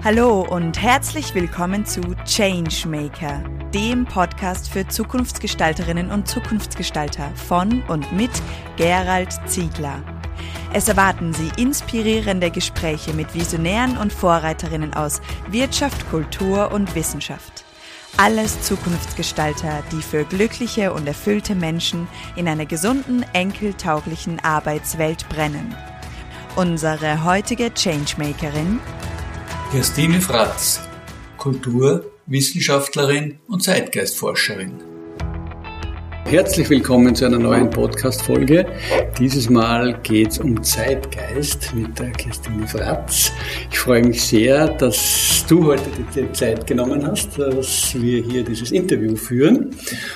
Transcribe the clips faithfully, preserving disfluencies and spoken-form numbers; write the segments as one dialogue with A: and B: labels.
A: Hallo und herzlich willkommen zu Changemaker, dem Podcast für Zukunftsgestalterinnen und Zukunftsgestalter von und mit Gerald Ziegler. Es erwarten Sie inspirierende Gespräche mit Visionären und Vorreiterinnen aus Wirtschaft, Kultur und Wissenschaft. Alles Zukunftsgestalter, die für glückliche und erfüllte Menschen in einer gesunden, enkeltauglichen Arbeitswelt brennen. Unsere heutige Changemakerin
B: Christine Fratz, Kultur-, Wissenschaftlerin und Zeitgeistforscherin. Herzlich willkommen zu einer neuen Podcast-Folge. Dieses Mal geht es um Zeitgeist mit der Christine Fratz. Ich freue mich sehr, dass du heute die Zeit genommen hast, dass wir hier dieses Interview führen.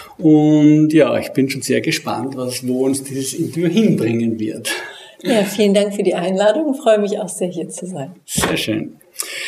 B: Und ja, ich bin schon sehr gespannt, was, wo uns dieses Interview hinbringen wird.
C: Ja, vielen Dank für die Einladung. Ich freue mich auch sehr, hier zu sein.
B: Sehr schön.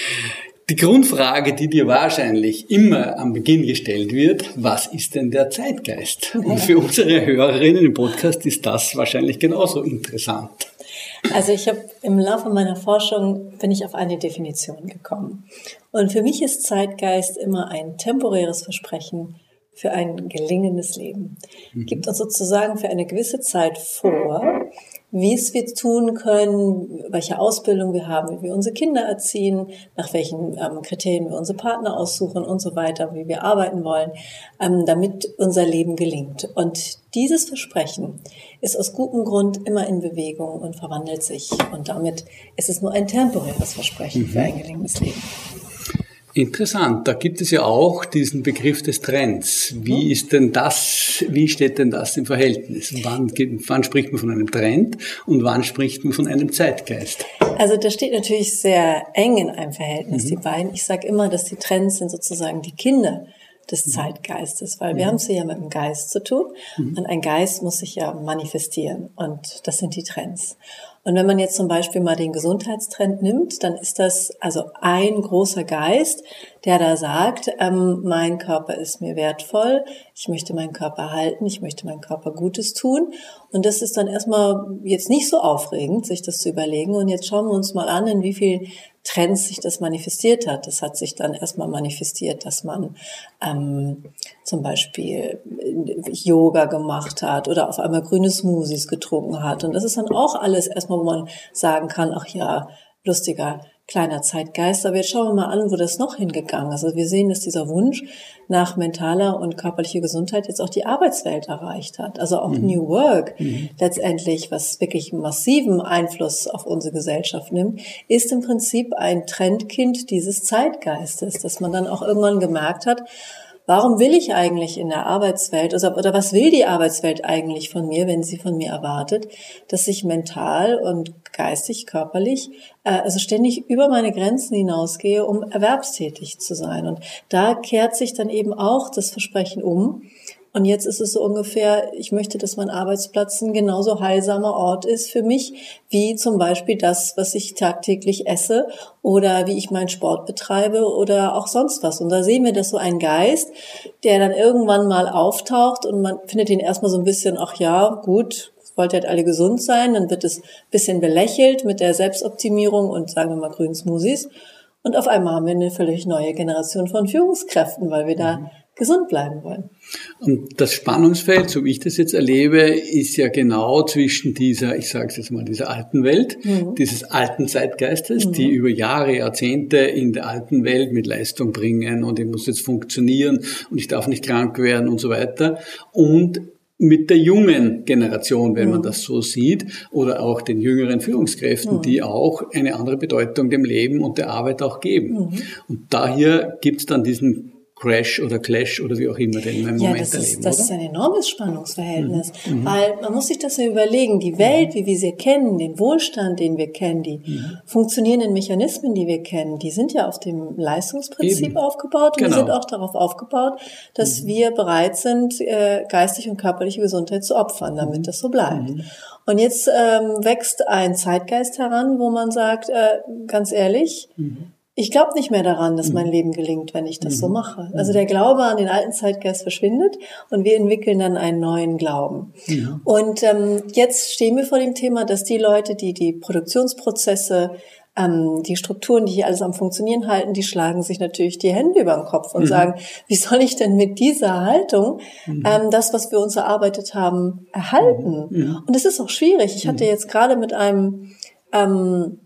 B: Die Grundfrage, die dir wahrscheinlich immer am Beginn gestellt wird, was ist denn der Zeitgeist? Und für unsere Hörerinnen im Podcast ist das wahrscheinlich genauso interessant.
C: Also ich habe im Laufe meiner Forschung bin ich auf eine Definition gekommen. Und für mich ist Zeitgeist immer ein temporäres Versprechen für ein gelingendes Leben. Mhm. Gibt uns sozusagen für eine gewisse Zeit vor, wie es wir tun können, welche Ausbildung wir haben, wie wir unsere Kinder erziehen, nach welchen ähm, Kriterien wir unsere Partner aussuchen und so weiter, wie wir arbeiten wollen, ähm, damit unser Leben gelingt. Und dieses Versprechen ist aus gutem Grund immer in Bewegung und verwandelt sich. Und damit ist es nur ein temporäres Versprechen mhm. für ein gelingendes Leben.
B: Interessant, da gibt es ja auch diesen Begriff des Trends. Wie ist denn das, wie steht denn das im Verhältnis? Wann, wann spricht man von einem Trend und wann spricht man von einem Zeitgeist?
C: Also das steht natürlich sehr eng in einem Verhältnis, mhm. die beiden. Ich sage immer, dass die Trends sind sozusagen die Kinder des mhm. Zeitgeistes, weil mhm. wir haben es ja mit dem Geist zu tun mhm. und ein Geist muss sich ja manifestieren und das sind die Trends. Und wenn man jetzt zum Beispiel mal den Gesundheitstrend nimmt, dann ist das also ein großer Geist, der da sagt, ähm, mein Körper ist mir wertvoll, ich möchte meinen Körper halten, ich möchte meinem Körper Gutes tun. Und das ist dann erstmal jetzt nicht so aufregend, sich das zu überlegen. Und jetzt schauen wir uns mal an, in wie vielen Trends sich das manifestiert hat. Das hat sich dann erstmal manifestiert, dass man ähm, zum Beispiel Yoga gemacht hat oder auf einmal grüne Smoothies getrunken hat. Und das ist dann auch alles erstmal, wo man sagen kann, ach ja, lustiger kleiner Zeitgeist. Aber jetzt schauen wir mal an, wo das noch hingegangen ist. Also wir sehen, dass dieser Wunsch nach mentaler und körperlicher Gesundheit jetzt auch die Arbeitswelt erreicht hat. Also auch mhm. New Work mhm. letztendlich, was wirklich massiven Einfluss auf unsere Gesellschaft nimmt, ist im Prinzip ein Trendkind dieses Zeitgeistes, dass man dann auch irgendwann gemerkt hat, warum will ich eigentlich in der Arbeitswelt, also, oder was will die Arbeitswelt eigentlich von mir, wenn sie von mir erwartet, dass ich mental und geistig, körperlich, äh, also ständig über meine Grenzen hinausgehe, um erwerbstätig zu sein. Und da kehrt sich dann eben auch das Versprechen um. Und jetzt ist es so ungefähr, ich möchte, dass mein Arbeitsplatz ein genauso heilsamer Ort ist für mich, wie zum Beispiel das, was ich tagtäglich esse oder wie ich meinen Sport betreibe oder auch sonst was. Und da sehen wir, dass so ein Geist, der dann irgendwann mal auftaucht und man findet ihn erstmal so ein bisschen, ach ja, gut, wollt ihr halt alle gesund sein, dann wird es ein bisschen belächelt mit der Selbstoptimierung und sagen wir mal grünen Smoothies. Und auf einmal haben wir eine völlig neue Generation von Führungskräften, weil wir da mhm. gesund bleiben wollen.
B: Und das Spannungsfeld, so wie ich das jetzt erlebe, ist ja genau zwischen dieser, ich sage es jetzt mal, dieser alten Welt, mhm. dieses alten Zeitgeistes, mhm. die über Jahre, Jahrzehnte in der alten Welt mit Leistung bringen und ich muss jetzt funktionieren und ich darf nicht krank werden und so weiter, und mit der jungen Generation, wenn man das so sieht, oder auch den jüngeren Führungskräften, mhm. die auch eine andere Bedeutung dem Leben und der Arbeit auch geben. Mhm. Und daher gibt's dann diesen Crash oder Clash oder wie auch immer den wir im
C: ja,
B: Moment
C: das
B: erleben,
C: ist, das
B: oder?
C: ist ein enormes Spannungsverhältnis,
B: mhm.
C: weil man muss sich das ja überlegen, die Welt, wie wir sie kennen, den Wohlstand, den wir kennen, die mhm. funktionierenden Mechanismen, die wir kennen, die sind ja auf dem Leistungsprinzip Eben. aufgebaut und genau. die sind auch darauf aufgebaut, dass mhm. wir bereit sind, äh, geistig und körperliche Gesundheit zu opfern, damit mhm. das so bleibt. Mhm. Und jetzt ähm, wächst ein Zeitgeist heran, wo man sagt, äh, ganz ehrlich, mhm. ich glaube nicht mehr daran, dass mein Leben gelingt, wenn ich das mhm. so mache. Also der Glaube an den alten Zeitgeist verschwindet und wir entwickeln dann einen neuen Glauben. Mhm. Und ähm, jetzt stehen wir vor dem Thema, dass die Leute, die die Produktionsprozesse ähm, die Strukturen, die hier alles am Funktionieren halten, die schlagen sich natürlich die Hände über den Kopf und mhm. sagen, wie soll ich denn mit dieser Haltung mhm. ähm, das, was wir uns erarbeitet haben, erhalten? Mhm. Und es ist auch schwierig. Ich hatte jetzt gerade mit einem ähm,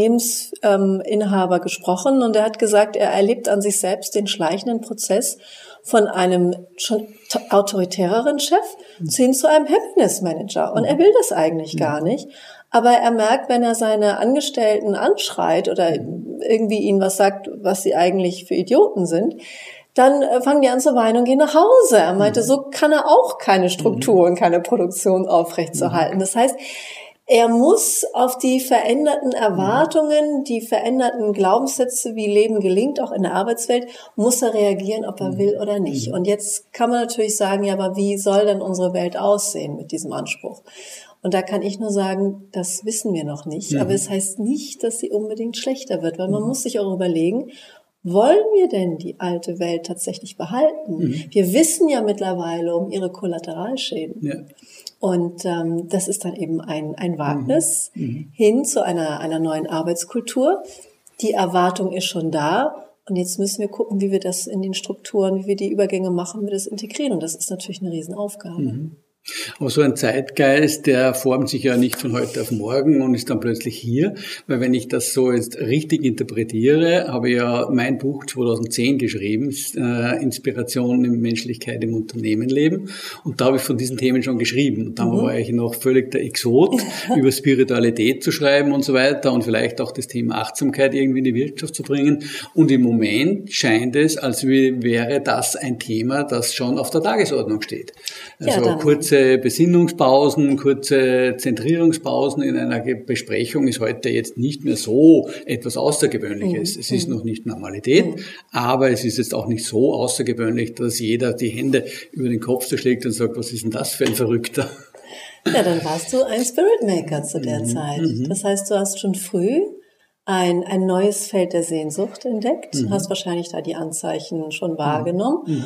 C: Unternehmensinhaber ähm, gesprochen und er hat gesagt, er erlebt an sich selbst den schleichenden Prozess von einem schon autoritäreren Chef mhm. hin zu einem Happiness Manager. Und er will das eigentlich mhm. gar nicht. Aber er merkt, wenn er seine Angestellten anschreit oder irgendwie ihnen was sagt, was sie eigentlich für Idioten sind, dann fangen die an zu weinen und gehen nach Hause. Er meinte, so kann er auch keine Struktur und keine Produktion aufrechtzuerhalten. Das heißt, er muss auf die veränderten Erwartungen, die veränderten Glaubenssätze, wie Leben gelingt, auch in der Arbeitswelt, muss er reagieren, ob er will oder nicht. Und jetzt kann man natürlich sagen, ja, aber wie soll denn unsere Welt aussehen mit diesem Anspruch? Und da kann ich nur sagen, das wissen wir noch nicht. Mhm. Aber es heißt nicht, dass sie unbedingt schlechter wird, weil man mhm. muss sich auch überlegen, wollen wir denn die alte Welt tatsächlich behalten? Mhm. Wir wissen ja mittlerweile um ihre Kollateralschäden. Ja. Und ähm, das ist dann eben ein, ein Wagnis mhm. hin zu einer, einer neuen Arbeitskultur. Die Erwartung ist schon da. Und jetzt müssen wir gucken, wie wir das in den Strukturen, wie wir die Übergänge machen, wie wir das integrieren. Und das ist natürlich eine Riesenaufgabe. Mhm.
B: Aber so ein Zeitgeist, der formt sich ja nicht von heute auf morgen und ist dann plötzlich hier, weil wenn ich das so jetzt richtig interpretiere, habe ich ja mein Buch zweitausendzehn geschrieben, äh, Inspiration in Menschlichkeit im Unternehmenleben, und da habe ich von diesen Themen schon geschrieben. Und dann mhm. war ich noch völlig der Exot, über Spiritualität zu schreiben und so weiter und vielleicht auch das Thema Achtsamkeit irgendwie in die Wirtschaft zu bringen. Und im Moment scheint es, als wäre das ein Thema, das schon auf der Tagesordnung steht. Also ja, kurze Besinnungspausen, kurze Zentrierungspausen in einer Besprechung ist heute jetzt nicht mehr so etwas Außergewöhnliches. Mhm. Es ist noch nicht Normalität, mhm. aber es ist jetzt auch nicht so außergewöhnlich, dass jeder die Hände über den Kopf zerschlägt und sagt, was ist denn das für ein Verrückter?
C: Ja, dann warst du ein Spirit Maker zu der mhm. Zeit. Das heißt, du hast schon früh ein, ein neues Feld der Sehnsucht entdeckt, mhm. hast wahrscheinlich da die Anzeichen schon wahrgenommen. Mhm.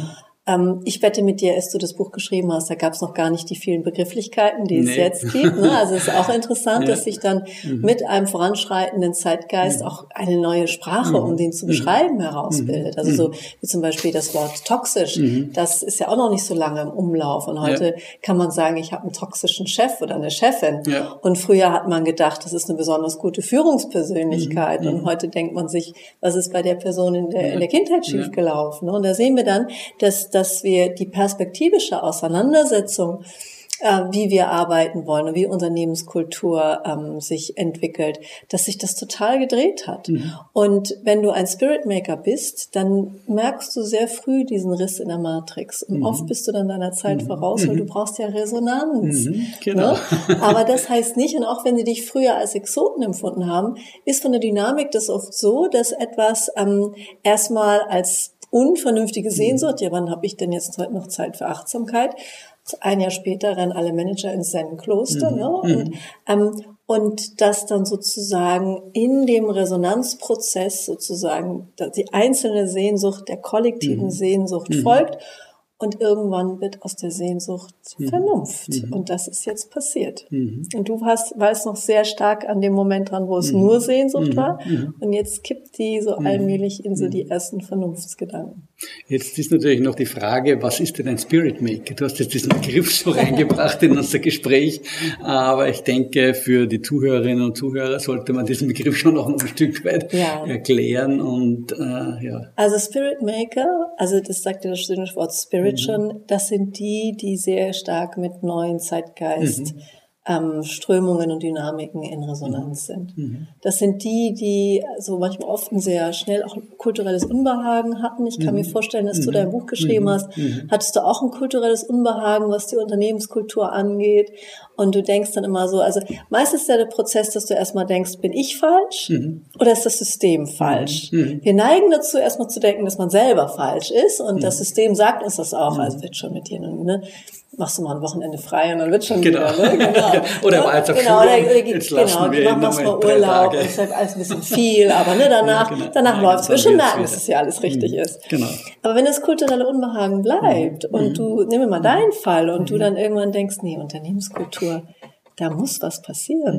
C: Ich wette mit dir, als du das Buch geschrieben hast, da gab es noch gar nicht die vielen Begrifflichkeiten, die es nee. jetzt gibt. Also es ist auch interessant, ja. dass sich dann mhm. mit einem voranschreitenden Zeitgeist mhm. auch eine neue Sprache, mhm. um den zu beschreiben, mhm. herausbildet. Also so wie zum Beispiel das Wort toxisch, mhm. das ist ja auch noch nicht so lange im Umlauf. Und heute ja. kann man sagen, ich habe einen toxischen Chef oder eine Chefin. Ja. Und früher hat man gedacht, das ist eine besonders gute Führungspersönlichkeit. Mhm. Und heute denkt man sich, was ist bei der Person in der, ja. in der Kindheit schiefgelaufen? Und da sehen wir dann, dass dass wir die perspektivische Auseinandersetzung, äh, wie wir arbeiten wollen und wie Unternehmenskultur ähm, sich entwickelt, dass sich das total gedreht hat. Mhm. Und wenn du ein Spirit Maker bist, dann merkst du sehr früh diesen Riss in der Matrix. Und mhm. oft bist du dann deiner Zeit mhm. voraus, weil du brauchst ja Resonanz. Mhm. Genau. Ne? Aber das heißt nicht, und auch wenn sie dich früher als Exoten empfunden haben, ist von der Dynamik das oft so, dass etwas ähm, erstmal als unvernünftige Sehnsucht, ja, wann habe ich denn jetzt heute noch Zeit für Achtsamkeit? Ein Jahr später rennen alle Manager ins Zen-Kloster, mhm. ne? Und, ähm, und das dann sozusagen in dem Resonanzprozess sozusagen die einzelne Sehnsucht der kollektiven mhm. Sehnsucht mhm. folgt. Und irgendwann wird aus der Sehnsucht mhm. Vernunft. Mhm. Und das ist jetzt passiert. Mhm. Und du hast, warst noch sehr stark an dem Moment dran, wo es mhm. nur Sehnsucht mhm. war. Mhm. Und jetzt kippt die so mhm. allmählich in so die ersten Vernunftsgedanken.
B: Jetzt ist natürlich noch die Frage, was ist denn ein Spirit Maker? Du hast jetzt diesen Begriff so reingebracht in unser Gespräch. Aber ich denke, für die Zuhörerinnen und Zuhörer sollte man diesen Begriff schon noch ein Stück weit ja. erklären. Und, äh, ja.
C: Also Spirit Maker, also das sagt ja das schöne Wort Spirit, schon, das sind die, die sehr stark mit neuen Zeitgeist, mhm. ähm, Strömungen und Dynamiken in Resonanz mhm. sind. Mhm. Das sind die, die so manchmal oft ein sehr schnell auch kulturelles Unbehagen hatten. Ich kann mhm. mir vorstellen, dass mhm. du dein Buch geschrieben mhm. hast, mhm. hattest du auch ein kulturelles Unbehagen, was die Unternehmenskultur angeht. Und du denkst dann immer so, also meistens ist ja der Prozess, dass du erstmal denkst, bin ich falsch mhm. oder ist das System falsch? Mhm. Wir neigen dazu, erstmal zu denken, dass man selber falsch ist und mhm. das System sagt uns das auch, also wird schon mit dir, ne? Machst du mal ein Wochenende frei und dann wird schon
B: genau.
C: wieder, ne? Genau.
B: Oder mal zur
C: genau,
B: Schulung,
C: oder, jetzt genau, wir machst mal Urlaub und ich sag alles ein bisschen viel, aber ne, danach, ja, genau. danach ja, läuft's. Wir schon merken, dass das ja alles richtig mhm. ist. Genau. Aber wenn das kulturelle Unbehagen bleibt mhm. und du, nimm mal deinen Fall und mhm. du dann irgendwann denkst, nee, Unternehmenskultur, da muss was passieren. Mhm.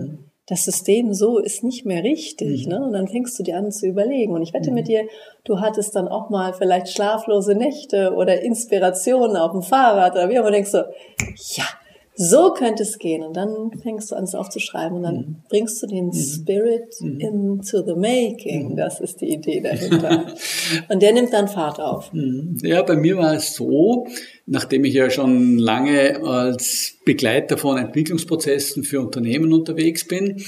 C: das System so ist nicht mehr richtig, mhm. ne? Und dann fängst du dir an zu überlegen. Und ich wette mhm. mit dir, du hattest dann auch mal vielleicht schlaflose Nächte oder Inspirationen auf dem Fahrrad oder wie, aber denkst du, ja, so könnte es gehen. Und dann fängst du an, es aufzuschreiben und dann mhm. bringst du den Spirit mhm. into the making. Das ist die Idee dahinter. Und der nimmt dann Fahrt auf.
B: Ja, bei mir war es so, nachdem ich ja schon lange als Begleiter von Entwicklungsprozessen für Unternehmen unterwegs bin,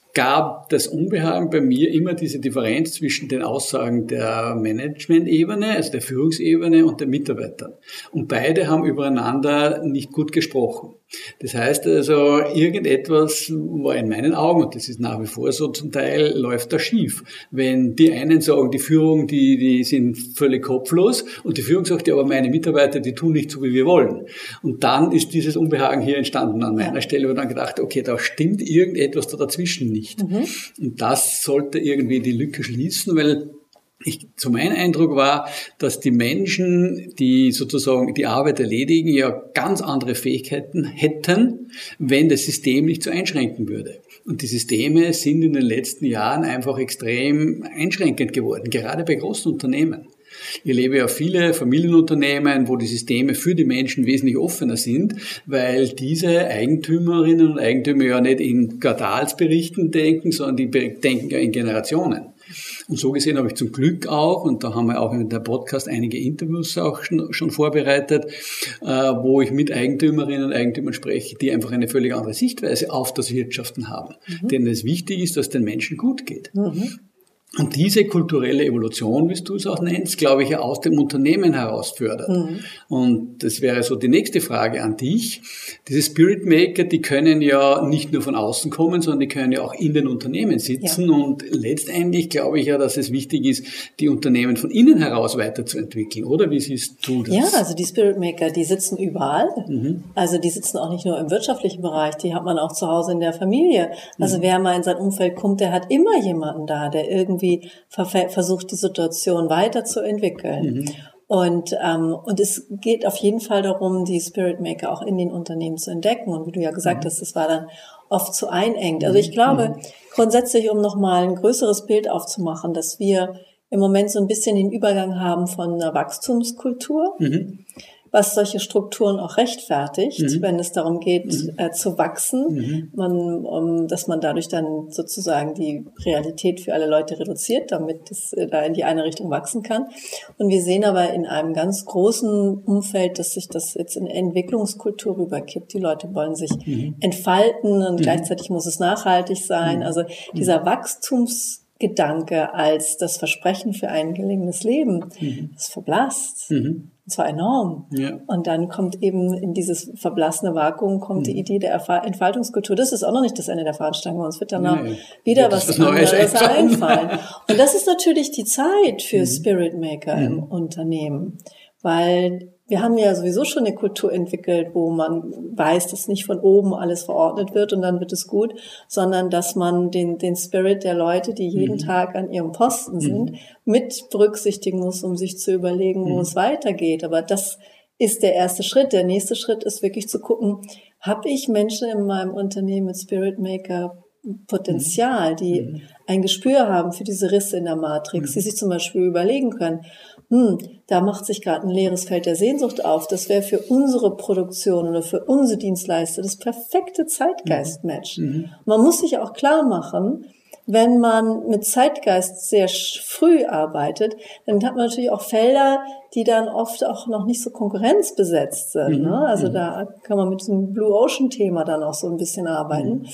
B: gab das Unbehagen bei mir immer diese Differenz zwischen den Aussagen der Management-Ebene, also der Führungsebene und der Mitarbeitern. Und beide haben übereinander nicht gut gesprochen. Das heißt also, irgendetwas war in meinen Augen, und das ist nach wie vor so zum Teil, läuft da schief. Wenn die einen sagen, die Führung, die, die sind völlig kopflos, und die Führung sagt, ja, aber meine Mitarbeiter, die tun nicht so, wie wir wollen. Und dann ist dieses Unbehagen hier entstanden an meiner Stelle, wo ich dann gedacht, okay, da stimmt irgendetwas da dazwischen nicht. Mhm. Und das sollte irgendwie die Lücke schließen, weil Ich, so mein Eindruck war, dass die Menschen, die sozusagen die Arbeit erledigen, ja ganz andere Fähigkeiten hätten, wenn das System nicht so einschränken würde. Und die Systeme sind in den letzten Jahren einfach extrem einschränkend geworden, gerade bei großen Unternehmen. Ich erlebe ja viele Familienunternehmen, wo die Systeme für die Menschen wesentlich offener sind, weil diese Eigentümerinnen und Eigentümer ja nicht in Quartalsberichten denken, sondern die denken ja in Generationen. Und so gesehen habe ich zum Glück auch, und da haben wir auch in der Podcast einige Interviews auch schon, schon vorbereitet, äh, wo ich mit Eigentümerinnen und Eigentümern spreche, die einfach eine völlig andere Sichtweise auf das Wirtschaften haben. Mhm. Denen es wichtig ist, dass den Menschen gut geht. Mhm. Und diese kulturelle Evolution, wie du es auch nennst, glaube ich, ja aus dem Unternehmen heraus fördert. Mhm. Und das wäre so die nächste Frage an dich. Diese Spirit Maker, die können ja nicht nur von außen kommen, sondern die können ja auch in den Unternehmen sitzen. Ja. Und letztendlich glaube ich ja, dass es wichtig ist, die Unternehmen von innen heraus weiterzuentwickeln. Oder wie siehst du das?
C: Ja, also die Spirit Maker, die sitzen überall. Mhm. Also die sitzen auch nicht nur im wirtschaftlichen Bereich, die hat man auch zu Hause in der Familie. Also mhm. wer mal in sein Umfeld kommt, der hat immer jemanden da, der irgendwie irgendwie versucht, die Situation weiterzuentwickeln. Mhm. Und, ähm, und es geht auf jeden Fall darum, die Spirit Maker auch in den Unternehmen zu entdecken. Und wie du ja gesagt mhm. hast, das war dann oft zu einengt. Also ich glaube, mhm. grundsätzlich, um nochmal ein größeres Bild aufzumachen, dass wir im Moment so ein bisschen den Übergang haben von einer Wachstumskultur, mhm. was solche Strukturen auch rechtfertigt, mhm. wenn es darum geht, mhm. äh, zu wachsen, mhm. man, um, dass man dadurch dann sozusagen die Realität für alle Leute reduziert, damit es äh, da in die eine Richtung wachsen kann. Und wir sehen aber in einem ganz großen Umfeld, dass sich das jetzt in Entwicklungskultur rüberkippt. Die Leute wollen sich mhm. entfalten und mhm. gleichzeitig muss es nachhaltig sein. Mhm. Also dieser Wachstumsgedanke als das Versprechen für ein gelingendes Leben, mhm. das verblasst. Mhm. Und zwar enorm. Ja. Und dann kommt eben in dieses verblassene Vakuum kommt mhm. die Idee der Entfaltungskultur. Das ist auch noch nicht das Ende der Fahnenstange. Uns wird danach nee. wieder ja, was, was anderes einfallen. einfallen. Und das ist natürlich die Zeit für mhm. Spirit Maker mhm. im Unternehmen. Weil wir haben ja sowieso schon eine Kultur entwickelt, wo man weiß, dass nicht von oben alles verordnet wird und dann wird es gut, sondern dass man den, den Spirit der Leute, die jeden mhm. Tag an ihrem Posten sind, mhm. mit berücksichtigen muss, um sich zu überlegen, wo mhm. es weitergeht. Aber das ist der erste Schritt. Der nächste Schritt ist wirklich zu gucken, habe ich Menschen in meinem Unternehmen mit Spirit Maker Potenzial, die mhm. ein Gespür haben für diese Risse in der Matrix, mhm. die sich zum Beispiel überlegen können, hm, da macht sich gerade ein leeres Feld der Sehnsucht auf, das wäre für unsere Produktion oder für unsere Dienstleister das perfekte Zeitgeist-Match. Mhm. Man muss sich auch klar machen, wenn man mit Zeitgeist sehr früh arbeitet, dann hat man natürlich auch Felder, die dann oft auch noch nicht so konkurrenzbesetzt sind. Mhm. Ne? Also da kann man mit diesem Blue Ocean Thema dann auch so ein bisschen arbeiten. Mhm.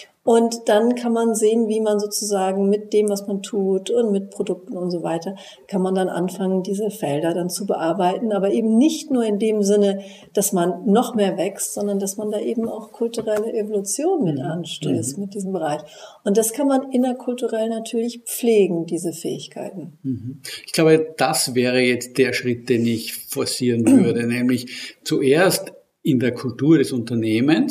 C: Und dann kann man sehen, wie man sozusagen mit dem, was man tut und mit Produkten und so weiter, kann man dann anfangen, diese Felder dann zu bearbeiten. Aber eben nicht nur in dem Sinne, dass man noch mehr wächst, sondern dass man da eben auch kulturelle Evolution mit anstößt, mhm. mit diesem Bereich. Und das kann man innerkulturell natürlich pflegen, diese Fähigkeiten.
B: Mhm. Ich glaube, das wäre jetzt der Schritt, den ich forcieren würde, nämlich zuerst in der Kultur des Unternehmens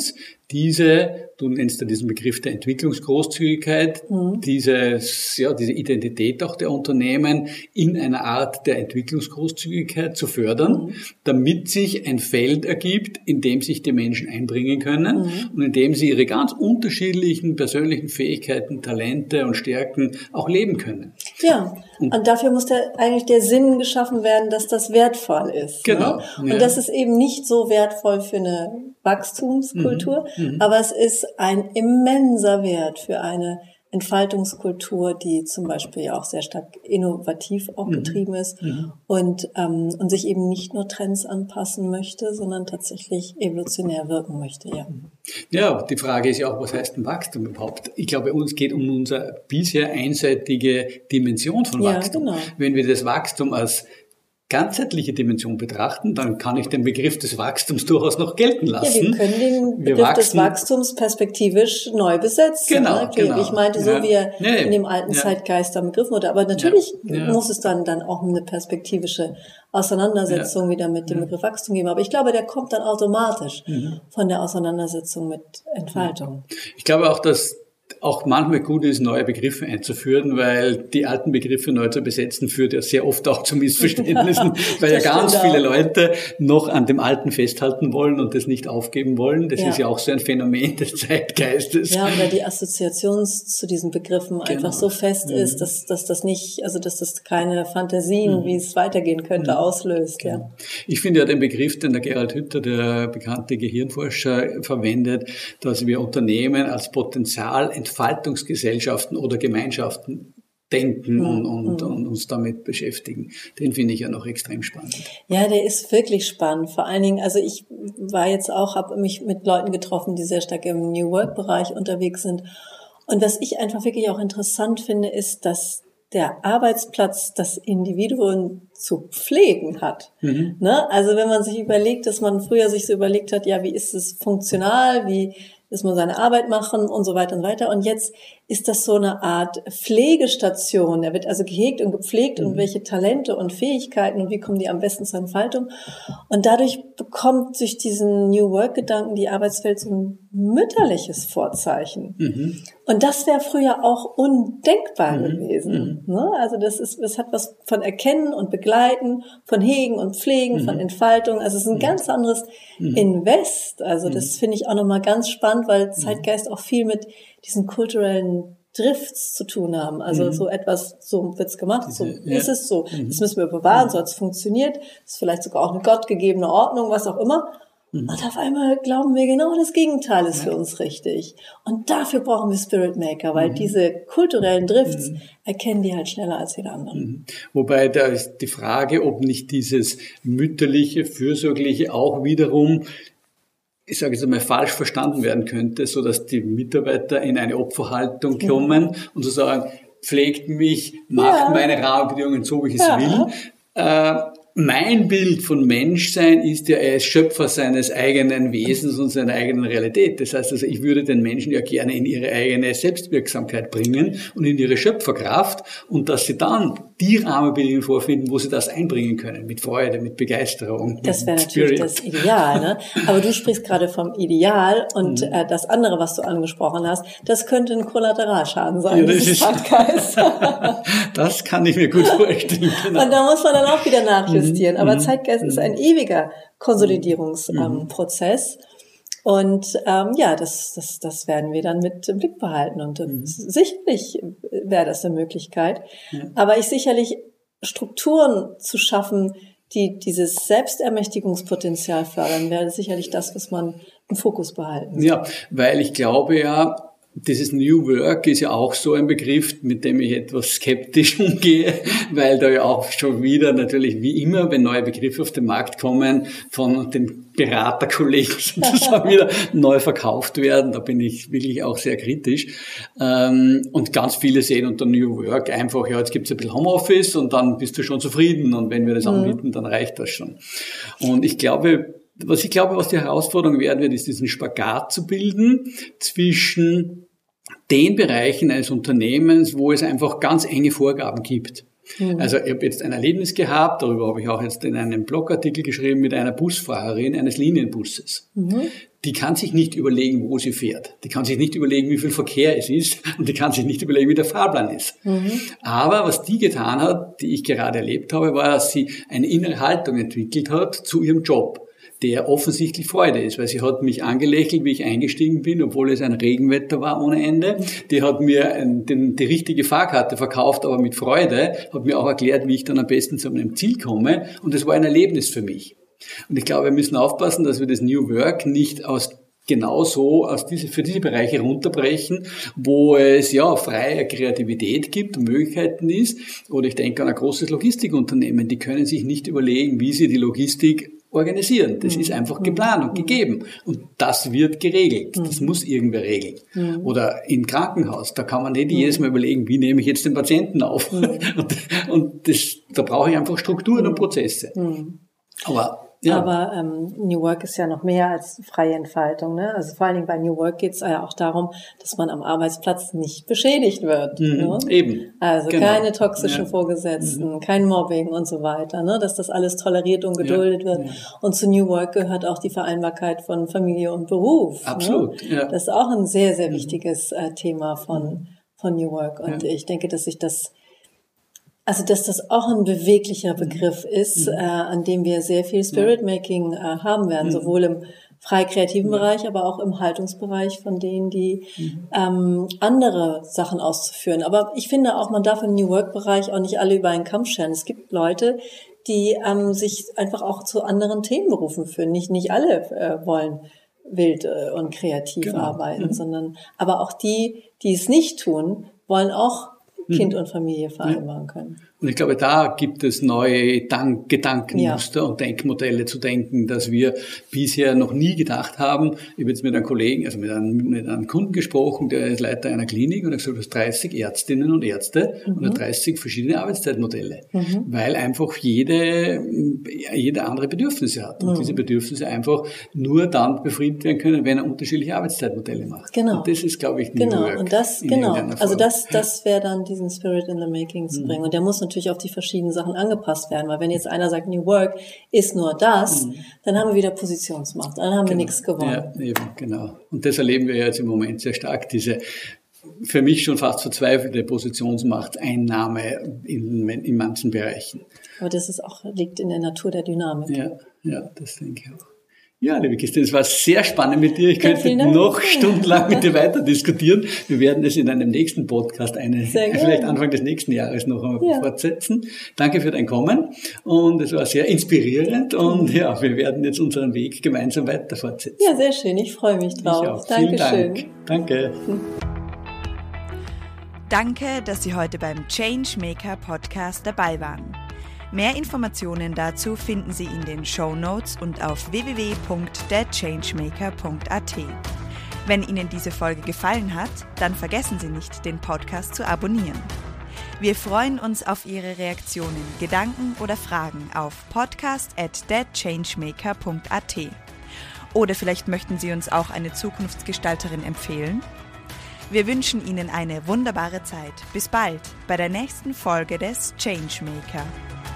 B: diese, du nennst ja diesen Begriff der Entwicklungsgroßzügigkeit, mhm. dieses, ja, diese Identität auch der Unternehmen in einer Art der Entwicklungsgroßzügigkeit zu fördern, mhm. damit sich ein Feld ergibt, in dem sich die Menschen einbringen können mhm. und in dem sie ihre ganz unterschiedlichen persönlichen Fähigkeiten, Talente und Stärken auch leben können.
C: Ja, und, und dafür muss der, eigentlich der Sinn geschaffen werden, dass das wertvoll ist.
B: Genau.
C: Ne? Und
B: ja.
C: das ist eben nicht so wertvoll für eine Wachstumskultur, mhm. aber es ist ein immenser Wert für eine Entfaltungskultur, die zum Beispiel ja auch sehr stark innovativ auch mhm. betrieben ist mhm. und ähm, und sich eben nicht nur Trends anpassen möchte, sondern tatsächlich evolutionär wirken möchte. Ja.
B: Ja, die Frage ist ja auch, was heißt denn Wachstum überhaupt? Ich glaube, uns geht um unsere bisher einseitige Dimension von Wachstum. Ja, genau. Wenn wir das Wachstum als ganzheitliche Dimension betrachten, dann kann ich den Begriff des Wachstums durchaus noch gelten lassen.
C: Ja, wir können den Begriff wir des Wachstums perspektivisch neu besetzen.
B: Genau,
C: ne?
B: genau.
C: Ich meinte so,
B: ja.
C: wie er
B: nee,
C: in dem alten
B: ja.
C: Zeitgeist dann begriffen wurde. Aber natürlich
B: ja. Ja.
C: muss es dann, dann auch eine perspektivische Auseinandersetzung ja. wieder mit dem ja. Begriff Wachstum geben. Aber ich glaube, der kommt dann automatisch mhm. von der Auseinandersetzung mit Entfaltung.
B: Ich glaube auch, dass auch manchmal gut ist, neue Begriffe einzuführen, weil die alten Begriffe neu zu besetzen führt ja sehr oft auch zu Missverständnissen, weil ja ganz viele Leute noch an dem Alten festhalten wollen und das nicht aufgeben wollen. Das ja. ist ja auch so ein Phänomen des Zeitgeistes.
C: Ja, oder die Assoziation zu diesen Begriffen genau. einfach so fest mhm. ist, dass, dass das nicht, also dass das keine Fantasien, mhm. wie es weitergehen könnte, mhm. auslöst. Genau. Ja.
B: Ich finde ja den Begriff, den der Gerald Hüther, der bekannte Gehirnforscher, verwendet, dass wir Unternehmen als Potenzial Entfaltungsgesellschaften oder Gemeinschaften denken mhm. und, und, und uns damit beschäftigen. Den finde ich ja noch extrem spannend.
C: Ja, der ist wirklich spannend. Vor allen Dingen, also ich war jetzt auch, habe mich mit Leuten getroffen, die sehr stark im New Work-Bereich unterwegs sind. Und was ich einfach wirklich auch interessant finde, ist, dass der Arbeitsplatz das Individuum zu pflegen hat. Mhm. Ne? Also wenn man sich überlegt, dass man früher sich so überlegt hat, ja, wie ist es funktional, wie muss man seine Arbeit machen und so weiter und so weiter. Und jetzt ist das so eine Art Pflegestation. Er wird also gehegt und gepflegt mhm. und welche Talente und Fähigkeiten und wie kommen die am besten zur Entfaltung. Und dadurch bekommt durch diesen New Work-Gedanken die Arbeitswelt so ein mütterliches Vorzeichen. Mhm. Und das wäre früher auch undenkbar mhm. gewesen. Mhm. Ne? Also das ist, das hat was von Erkennen und Begleiten, von Hegen und Pflegen, mhm. von Entfaltung. Also es ist ein mhm. ganz anderes mhm. Invest. Also das finde ich auch nochmal ganz spannend, weil Zeitgeist auch viel mit diesen kulturellen Drifts zu tun haben. Also mhm. so etwas, so wird's gemacht, so ja. ist es so. Mhm. Das müssen wir bewahren, so hat's funktioniert. Das ist vielleicht sogar auch eine gottgegebene Ordnung, was auch immer. Mhm. Und auf einmal glauben wir, genau das Gegenteil ist ja. für uns richtig. Und dafür brauchen wir Spirit Maker, weil mhm. diese kulturellen Drifts mhm. erkennen die halt schneller als jeder andere.
B: Mhm. Wobei da ist die Frage, ob nicht dieses mütterliche, fürsorgliche auch wiederum, ich sage jetzt einmal, falsch verstanden werden könnte, so dass die Mitarbeiter in eine Opferhaltung kommen mhm. und so sagen, pflegt mich, macht ja. meine Rahmenbedingungen so, wie ich ja. es will. Äh, Mein Bild von Menschsein ist ja, er ist Schöpfer seines eigenen Wesens und seiner eigenen Realität. Das heißt also, ich würde den Menschen ja gerne in ihre eigene Selbstwirksamkeit bringen und in ihre Schöpferkraft und dass sie dann die Rahmenbedingungen vorfinden, wo sie das einbringen können, mit Freude, mit Begeisterung.
C: Das wäre natürlich das Ideal, ne? Aber du sprichst gerade vom Ideal und mhm. äh, das andere, was du angesprochen hast, das könnte ein Kollateralschaden sein, ja, das ist Zeitgeist.
B: Das kann ich mir gut vorstellen. Genau.
C: Und da muss man dann auch wieder nachjustieren. Mhm. Aber Zeitgeist mhm. ist ein ewiger Konsolidierungsprozess. Mhm. Und ähm, ja, das, das, das werden wir dann mit im Blick behalten. Und äh, mhm. sicherlich wäre das eine Möglichkeit. Ja. Aber ich sicherlich Strukturen zu schaffen, die dieses Selbstermächtigungspotenzial fördern, wäre sicherlich das, was man im Fokus behalten soll.
B: Ja, weil ich glaube ja, dieses New Work ist ja auch so ein Begriff, mit dem ich etwas skeptisch umgehe, weil da ja auch schon wieder natürlich wie immer, wenn neue Begriffe auf den Markt kommen, von den Beraterkollegen sozusagen wieder neu verkauft werden. Da bin ich wirklich auch sehr kritisch. Und ganz viele sehen unter New Work einfach, ja, jetzt gibt's ein bisschen Homeoffice und dann bist du schon zufrieden und wenn wir das anbieten, dann reicht das schon. Und ich glaube, was ich glaube, was die Herausforderung werden wird, ist diesen Spagat zu bilden zwischen den Bereichen eines Unternehmens, wo es einfach ganz enge Vorgaben gibt. Mhm. Also ich habe jetzt ein Erlebnis gehabt, darüber habe ich auch jetzt in einem Blogartikel geschrieben, mit einer Busfahrerin eines Linienbusses. Mhm. Die kann sich nicht überlegen, wo sie fährt. Die kann sich nicht überlegen, wie viel Verkehr es ist. Und die kann sich nicht überlegen, wie der Fahrplan ist. Mhm. Aber was die getan hat, die ich gerade erlebt habe, war, dass sie eine innere Haltung entwickelt hat zu ihrem Job, der offensichtlich Freude ist, weil sie hat mich angelächelt, wie ich eingestiegen bin, obwohl es ein Regenwetter war ohne Ende. Die hat mir ein, den, die richtige Fahrkarte verkauft, aber mit Freude, hat mir auch erklärt, wie ich dann am besten zu meinem Ziel komme. Und es war ein Erlebnis für mich. Und ich glaube, wir müssen aufpassen, dass wir das New Work nicht aus genauso aus diese, für diese Bereiche runterbrechen, wo es ja freie Kreativität gibt, Möglichkeiten ist. Oder ich denke an ein großes Logistikunternehmen, die können sich nicht überlegen, wie sie die Logistik organisieren. Das mhm. ist einfach geplant und mhm. gegeben. Und das wird geregelt. Mhm. Das muss irgendwer regeln. Mhm. Oder im Krankenhaus, da kann man nicht mhm. jedes Mal überlegen, wie nehme ich jetzt den Patienten auf. Mhm. Und, und das, da brauche ich einfach Strukturen mhm. und Prozesse. Mhm. Aber Ja.
C: Aber ähm, New Work ist ja noch mehr als freie Entfaltung, ne? Also vor allen Dingen bei New Work geht es ja auch darum, dass man am Arbeitsplatz nicht beschädigt wird.
B: Mhm,
C: ne?
B: Eben.
C: Also genau. keine toxischen ja. Vorgesetzten, mhm. kein Mobbing und so weiter, ne? Dass das alles toleriert und geduldet ja. wird. Ja. Und zu New Work gehört auch die Vereinbarkeit von Familie und Beruf.
B: Absolut.
C: Ne? Ja. Das ist auch ein sehr, sehr wichtiges äh, Thema von von New Work. Und ja. ich denke, dass sich das Also, dass das auch ein beweglicher Begriff ist, mhm. äh, an dem wir sehr viel Spirit-Making äh, haben werden, mhm. sowohl im frei-kreativen ja. Bereich, aber auch im Haltungsbereich von denen, die mhm. ähm, andere Sachen auszuführen. Aber ich finde auch, man darf im New Work-Bereich auch nicht alle über einen Kamm scheren. Es gibt Leute, die ähm, sich einfach auch zu anderen Themenberufen führen. Nicht nicht alle äh, wollen wild äh, und kreativ genau. arbeiten, mhm. sondern aber auch die, die es nicht tun, wollen auch Kind und Familie vereinbaren können.
B: Und ich glaube, da gibt es neue Dank- Gedankenmuster ja. und Denkmodelle zu denken, dass wir bisher noch nie gedacht haben. Ich habe jetzt mit einem Kollegen, also mit einem, mit einem Kunden gesprochen, der ist Leiter einer Klinik und er hat gesagt, du hast dreißig Ärztinnen und Ärzte mhm. und dreißig verschiedene Arbeitszeitmodelle, mhm. weil einfach jede, jede andere Bedürfnisse hat. Und mhm. diese Bedürfnisse einfach nur dann befriedigt werden können, wenn er unterschiedliche Arbeitszeitmodelle macht.
C: Genau.
B: Und das ist, glaube ich, New
C: genau.
B: Work.
C: Und das, genau. Also das, das wäre dann diesen Spirit in the Making zu bringen. Mhm. Und der muss natürlich auf die verschiedenen Sachen angepasst werden, weil wenn jetzt einer sagt, New Work ist nur das, mhm. dann haben wir wieder Positionsmacht, dann haben
B: genau.
C: wir nichts gewonnen.
B: Ja, eben, genau. Und das erleben wir jetzt im Moment sehr stark, diese für mich schon fast verzweifelte Positionsmachteinnahme in, in manchen Bereichen.
C: Aber das ist auch, liegt in der Natur der Dynamik.
B: Ja, ja, das denke ich auch. Ja, liebe Christine, es war sehr spannend mit dir. Ich könnte ja, noch stundenlang mit dir weiter diskutieren. Wir werden es in einem nächsten Podcast, eine, vielleicht Anfang des nächsten Jahres noch einmal ja. fortsetzen. Danke für dein Kommen und es war sehr inspirierend und ja, wir werden jetzt unseren Weg gemeinsam weiter fortsetzen.
C: Ja, sehr schön. Ich freue mich drauf.
B: Ich auch. Vielen Dank. Danke.
A: Danke, dass Sie heute beim Changemaker Podcast dabei waren. Mehr Informationen dazu finden Sie in den Shownotes und auf w w w punkt der changemaker punkt a t. Wenn Ihnen diese Folge gefallen hat, dann vergessen Sie nicht, den Podcast zu abonnieren. Wir freuen uns auf Ihre Reaktionen, Gedanken oder Fragen auf podcast at der changemaker punkt a t. Oder vielleicht möchten Sie uns auch eine Zukunftsgestalterin empfehlen? Wir wünschen Ihnen eine wunderbare Zeit. Bis bald bei der nächsten Folge des Changemaker.